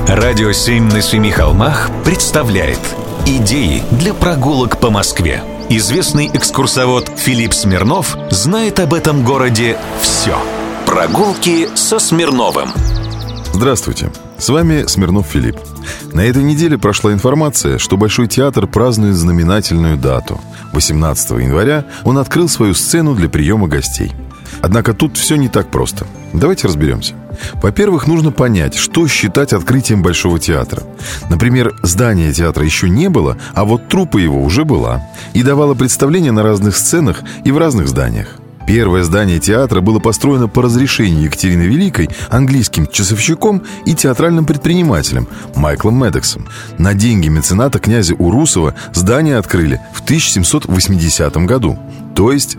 Радио 7 на семи холмах представляет идеи для прогулок по Москве. Известный экскурсовод Филипп Смирнов знает об этом городе все. Прогулки со Смирновым. Здравствуйте, с вами Смирнов Филипп. На этой неделе прошла информация, что Большой театр празднует знаменательную дату. 18 января он открыл свою сцену для приема гостей. Однако тут все не так просто. Давайте разберемся. Во-первых, нужно понять, что считать открытием Большого театра. Например, здания театра еще не было, а вот труппа его уже была и давала представления на разных сценах и в разных зданиях. Первое здание театра было построено по разрешению Екатерины Великой английским часовщиком и театральным предпринимателем Майклом Медексом. На деньги мецената князя Урусова здание открыли в 1780 году, то есть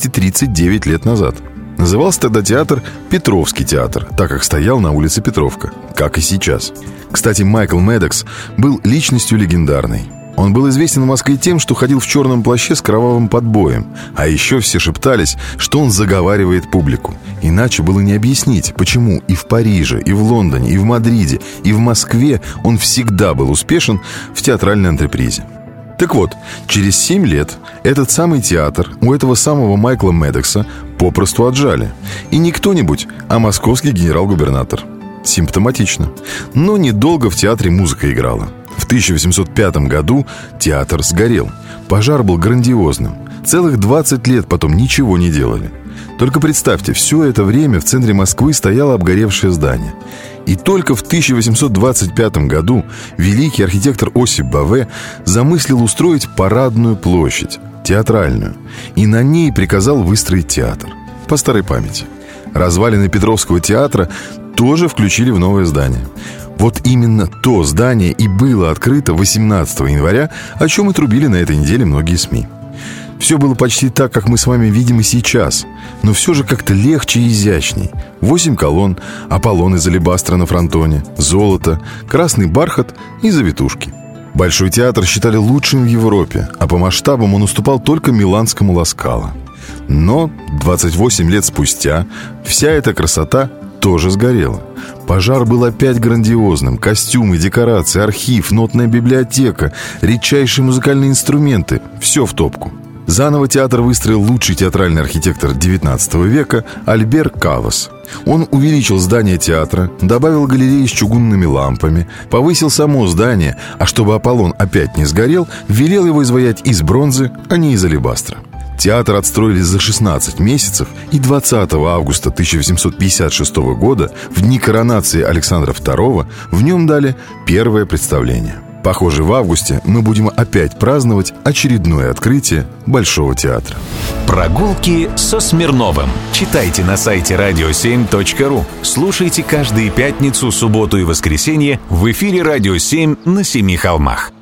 239 лет назад. Назывался тогда театр Петровский театр, так как стоял на улице Петровка, как и сейчас. Кстати, Майкл Медекс был личностью легендарной. Он был известен в Москве тем, что ходил в черном плаще с кровавым подбоем. А еще все шептались, что он заговаривает публику. Иначе было не объяснить, почему и в Париже, и в Лондоне, и в Мадриде, и в Москве он всегда был успешен в театральной антрепризе. Так вот, через 7 лет этот самый театр у этого самого Майкла Медекса попросту отжали. И не кто-нибудь, а московский генерал-губернатор. Симптоматично. Но недолго в театре музыка играла. В 1805 году театр сгорел. Пожар был грандиозным. Целых 20 лет потом ничего не делали. Только представьте, все это время в центре Москвы стояло обгоревшее здание. И только в 1825 году великий архитектор Осип Баве замыслил устроить парадную площадь, театральную, и на ней приказал выстроить театр. По старой памяти. Развалины Петровского театра тоже включили в новое здание. Вот именно то здание и было открыто 18 января, о чем и трубили на этой неделе многие СМИ. Все было почти так, как мы с вами видим и сейчас, но все же как-то легче и изящней. 8 колонн, Аполлон из алебастра на фронтоне, золото, красный бархат и завитушки. Большой театр считали лучшим в Европе, а по масштабам он уступал только миланскому Ла Скала. Но 28 лет спустя вся эта красота тоже сгорела. Пожар был опять грандиозным. Костюмы, декорации, архив, нотная библиотека, редчайшие музыкальные инструменты — все в топку. Заново театр выстроил лучший театральный архитектор XIX века Альбер Кавас. Он увеличил здание театра, добавил галереи с чугунными лампами, повысил само здание, а чтобы Аполлон опять не сгорел, велел его изваять из бронзы, а не из алебастра. Театр отстроили за 16 месяцев, и 20 августа 1856 года, в дни коронации Александра II, в нем дали первое представление. Похоже, в августе мы будем опять праздновать очередное открытие Большого театра. Прогулки со Смирновым. Читайте на сайте radio7.ru. Слушайте каждые пятницу, субботу и воскресенье в эфире «Радио 7» на Семи холмах.